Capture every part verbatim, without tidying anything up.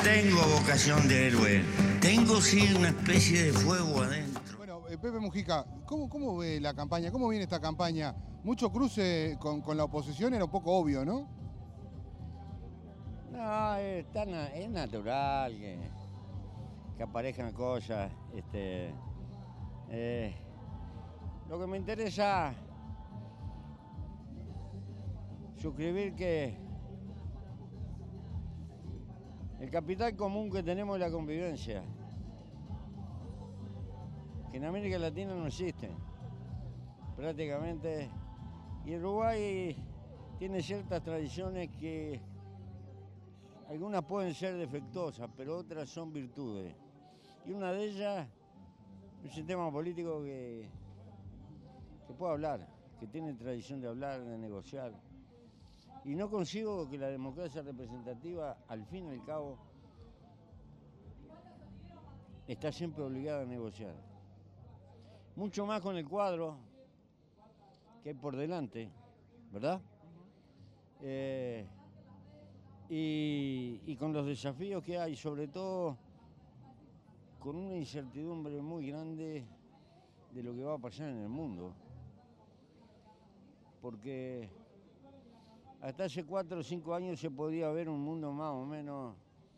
tengo vocación de héroe. Tengo sí una especie de fuego adentro. Bueno, eh, Pepe Mujica, ¿cómo, ¿cómo ve la campaña? ¿Cómo viene esta campaña? Mucho cruce con, con la oposición, era un poco obvio, ¿no? No, es, tan, es natural que, que aparezcan cosas. Este, eh, lo que me interesa suscribir que el capital común que tenemos es la convivencia, que en América Latina no existe prácticamente, y Uruguay tiene ciertas tradiciones que algunas pueden ser defectuosas, pero otras son virtudes, y una de ellas es un sistema político que, que puede hablar, que tiene tradición de hablar, de negociar. Y no consigo que la democracia representativa, al fin y al cabo, está siempre obligada a negociar. Mucho más con el cuadro que hay por delante, ¿verdad? Eh, y, y con los desafíos que hay, sobre todo con una incertidumbre muy grande de lo que va a pasar en el mundo. Porque hasta hace cuatro o cinco años se podía ver un mundo más o menos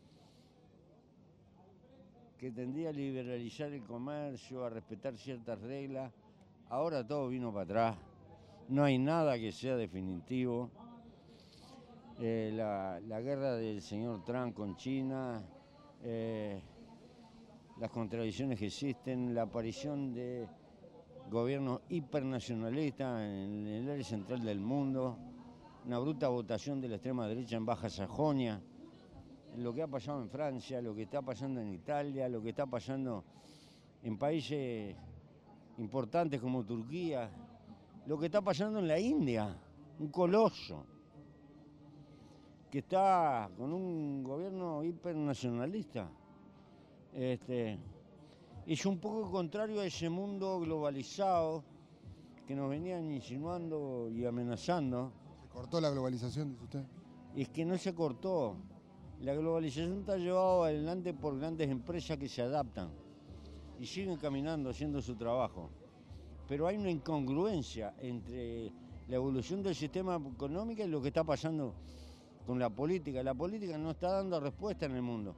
que tendía a liberalizar el comercio, a respetar ciertas reglas. Ahora todo vino para atrás. No hay nada que sea definitivo. Eh, la, la guerra del señor Trump con China, eh, las contradicciones que existen, la aparición de gobiernos hipernacionalistas en el área central del mundo, una bruta votación de la extrema derecha en Baja Sajonia, lo que ha pasado en Francia, lo que está pasando en Italia, lo que está pasando en países importantes como Turquía, lo que está pasando en la India, un coloso, que está con un gobierno hipernacionalista. Este, es un poco contrario a ese mundo globalizado que nos venían insinuando y amenazando. ¿Cortó la globalización, dice usted? Es que no se cortó. La globalización está llevada adelante por grandes empresas que se adaptan y siguen caminando, haciendo su trabajo. Pero hay una incongruencia entre la evolución del sistema económico y lo que está pasando con la política. La política no está dando respuesta en el mundo.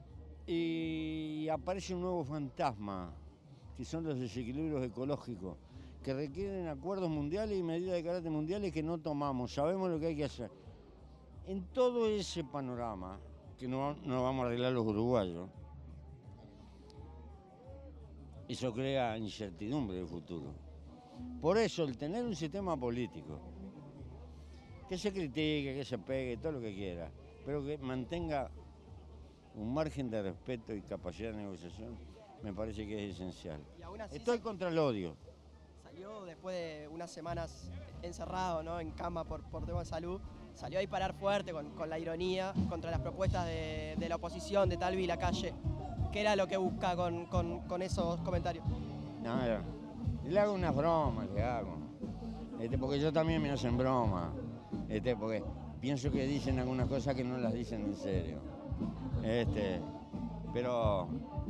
Y aparece un nuevo fantasma, que son los desequilibrios ecológicos, que requieren acuerdos mundiales y medidas de carácter mundiales que no tomamos. Sabemos lo que hay que hacer. En todo ese panorama, que no, no vamos a arreglar los uruguayos, eso crea incertidumbre del futuro. Por eso, el tener un sistema político que se critique, que se pegue, todo lo que quiera, pero que mantenga un margen de respeto y capacidad de negociación, me parece que es esencial. Estoy se... contra el odio. Salió después de unas semanas encerrado, ¿no?, en cama por, por temas de salud, salió a disparar fuerte con, con la ironía contra las propuestas de, de la oposición, de Talvi y Lacalle. ¿Qué era lo que busca con, con, con esos comentarios? No, le hago una broma, le hago. Este, porque yo también me hacen broma. Este, porque pienso que dicen algunas cosas que no las dicen en serio. Este, pero,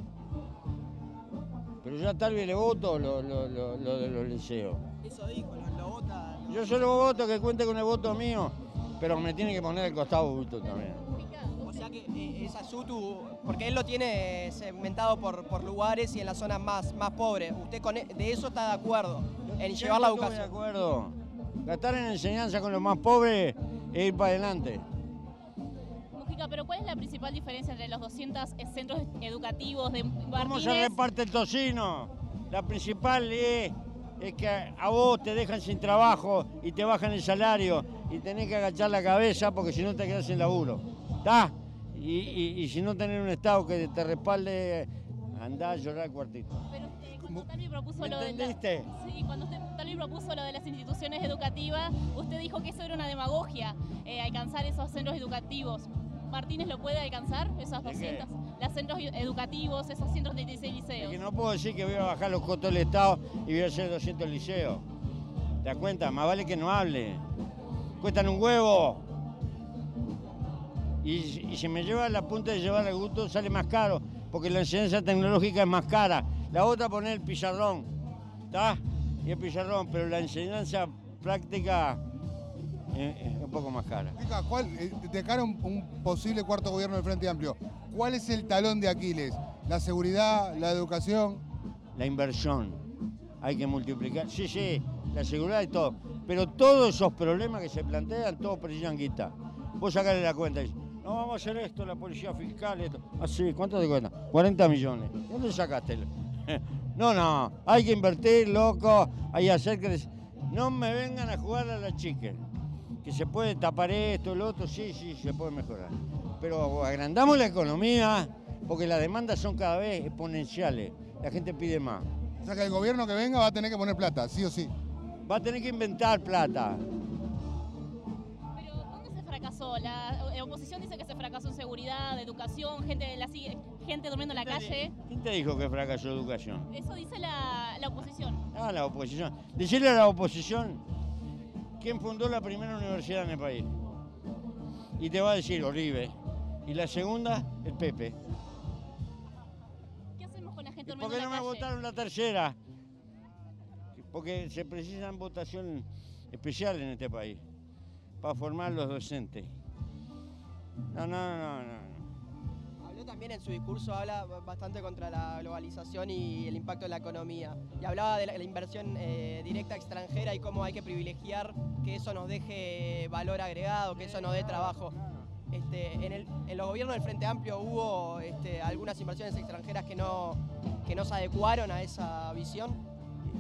pero yo a Talvi le voto lo, lo, lo, lo de los liceos. Eso dijo, lo, lo vota. Lo... Yo solo voto que cuente con el voto mío, pero me tiene que poner al costado Busto también. O sea que eh, esa Sutu, porque él lo tiene segmentado por, por lugares y en las zonas más, más pobres. ¿Usted con, de eso está de acuerdo? En llevar la educación. Estoy de acuerdo. Gastar en enseñanza con los más pobres e ir para adelante. Mujica, pero ¿cuál es la principal diferencia entre los doscientos centros educativos de Martínez? ¿Cómo se reparte el tocino? La principal es, es que a vos te dejan sin trabajo y te bajan el salario y tenés que agachar la cabeza porque si no te quedás sin laburo. ¿Está? Y, y, y si no tenés un Estado que te respalde, andá a llorar al cuartito. Pero eh, cuando Talvi propuso lo de ¿entendiste? La, sí, cuando usted, Talvi propuso lo de las instituciones educativas, usted dijo que eso era una demagogia, eh, alcanzar esos centros educativos. ¿Martínez lo puede alcanzar, esos doscientos? Los centros educativos, esos ciento treinta y seis liceos. Es que no puedo decir que voy a bajar los costos del Estado y voy a hacer doscientos liceos. ¿Te das cuenta? Más vale que no hable. Cuestan un huevo. Y, y si me lleva a la punta de llevar al gusto sale más caro, porque la enseñanza tecnológica es más cara. La otra poner el pizarrón, ¿está? Y el pizarrón, pero la enseñanza práctica es, es un poco más cara. Pica, ¿cuál, eh, de cara a un, un posible cuarto gobierno del Frente Amplio, cuál es el talón de Aquiles? ¿La seguridad, la educación? La inversión, hay que multiplicar, sí, sí, la seguridad y todo, pero todos esos problemas que se plantean, todos precisan guita. Vos sacarle la cuenta y decís, no, vamos a hacer esto, la policía fiscal, esto. Ah, sí, ¿cuánto te cuesta? cuarenta millones. ¿Dónde sacaste? No, no, hay que invertir, loco, hay que hacer que... No me vengan a jugar a la chicken, que se puede tapar esto, lo otro, sí, sí, se puede mejorar. Pero agrandamos la economía, porque las demandas son cada vez exponenciales, la gente pide más. O sea que el gobierno que venga va a tener que poner plata, sí o sí. Va a tener que inventar plata. Pero ¿dónde se fracasó? La, la oposición dice que se fracasó en seguridad, educación, gente, la, gente durmiendo en la calle. ¿Quién te dijo que fracasó educación? Eso dice la, la oposición. Ah, la oposición. Decirle a la oposición quién fundó la primera universidad en el país. Y te va a decir Oribe. Y la segunda, el Pepe. ¿Qué hacemos con la gente ¿Y durmiendo por qué en no la me calle? votaron la tercera? Porque se precisan votación especial en este país para formar los docentes. No, no, no, no. Habló también en su discurso, habla bastante contra la globalización y el impacto en la economía. Y hablaba de la, la inversión eh, directa extranjera y cómo hay que privilegiar que eso nos deje valor agregado, que eso nos dé trabajo. Este, en, el, en los gobiernos del Frente Amplio hubo este, algunas inversiones extranjeras que no, que no se adecuaron a esa visión.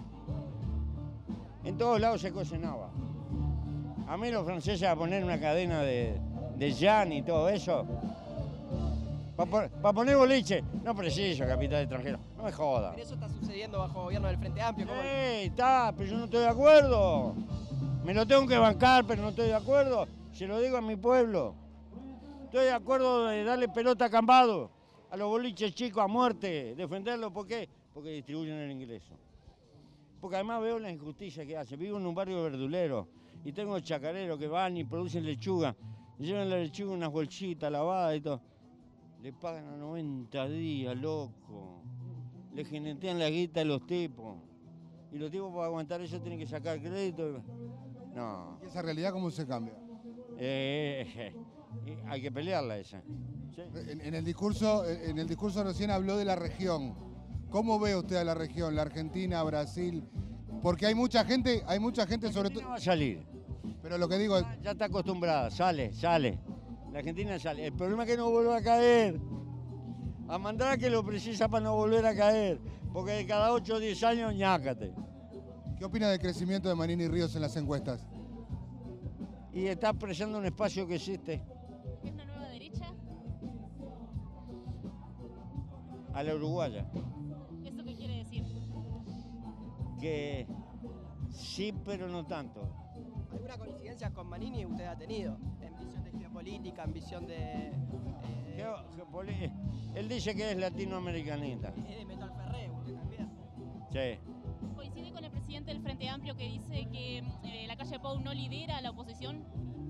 En todos lados se cocinaba. A mí los franceses a poner una cadena de, de Jan y todo eso, para pa poner boliche, no preciso capital extranjero, no me joda. Pero eso está sucediendo bajo gobierno del Frente Amplio. ¿Cómo? Sí, está, pero yo no estoy de acuerdo. Me lo tengo que bancar, pero no estoy de acuerdo. Se lo digo a mi pueblo. Estoy de acuerdo de darle pelota a Cambado, a los boliches chicos a muerte, defenderlo. ¿Por qué? Porque distribuyen el ingreso. Porque además veo la injusticia que hace. Vivo en un barrio verdulero y tengo chacareros que van y producen lechuga. Y llevan la lechuga en unas bolsitas lavadas y todo. Le pagan a noventa días, loco. Le genetean la guita a los tipos. Y los tipos para aguantar eso tienen que sacar crédito. No. ¿Y esa realidad cómo se cambia? Eh, eh, hay que pelearla esa. ¿Sí? En, en el discurso, en el discurso recién habló de la región. ¿Cómo ve usted a la región, la Argentina, Brasil? Porque hay mucha gente, hay mucha gente sobre todo. No va a salir. Pero lo que digo es, Ya está acostumbrada, sale, sale. La Argentina sale. El problema es que no vuelva a caer. A mandar que lo precisa para no volver a caer. Porque de cada ocho o diez años, ñácate. ¿qué opina del crecimiento de Manini Ríos en las encuestas? Y está apreciando un espacio que existe. ¿Es una nueva derecha? A la uruguaya. ¿Eso qué quiere decir? Que sí, pero no tanto. ¿Alguna coincidencia con Manini usted ha tenido? En visión de geopolítica, en visión de... eh, Geo- geopoli- Él dice que es latinoamericanista. es de Metal Ferré, usted también. Sí. ¿Coincide con el presidente del Frente Amplio que dice que eh, la calle Pou no lidera a la oposición?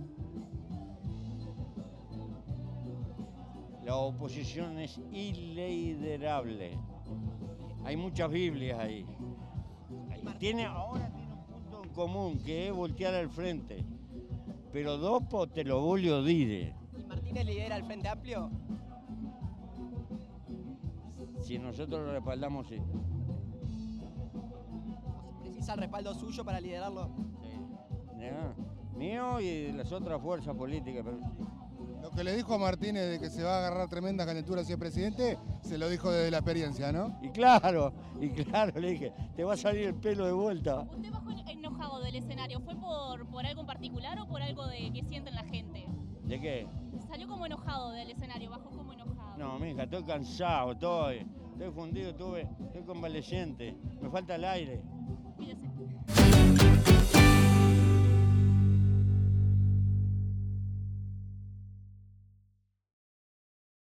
La oposición es iliderable. Hay muchas Biblias ahí. Tiene, ahora tiene un punto en común, que es voltear al frente. Pero dopo te lo voglio dire. ¿Y Martínez lidera el Frente Amplio? Si nosotros lo respaldamos, sí. ¿Precisa el respaldo suyo para liderarlo? Ya, mío y de las otras fuerzas políticas. Pero sí. Lo que le dijo a Martínez de que se va a agarrar tremenda calentura si es presidente, se lo dijo desde la experiencia, ¿no? Y claro, y claro, le dije, te va a salir el pelo de vuelta. ¿Usted bajó enojado del escenario? ¿Fue por, por algo en particular o por algo de que sienten la gente? ¿De qué? Salió como enojado del escenario, bajó como enojado. No, mija, estoy cansado, estoy, estoy fundido, estuve, estoy convaleciente, me falta el aire.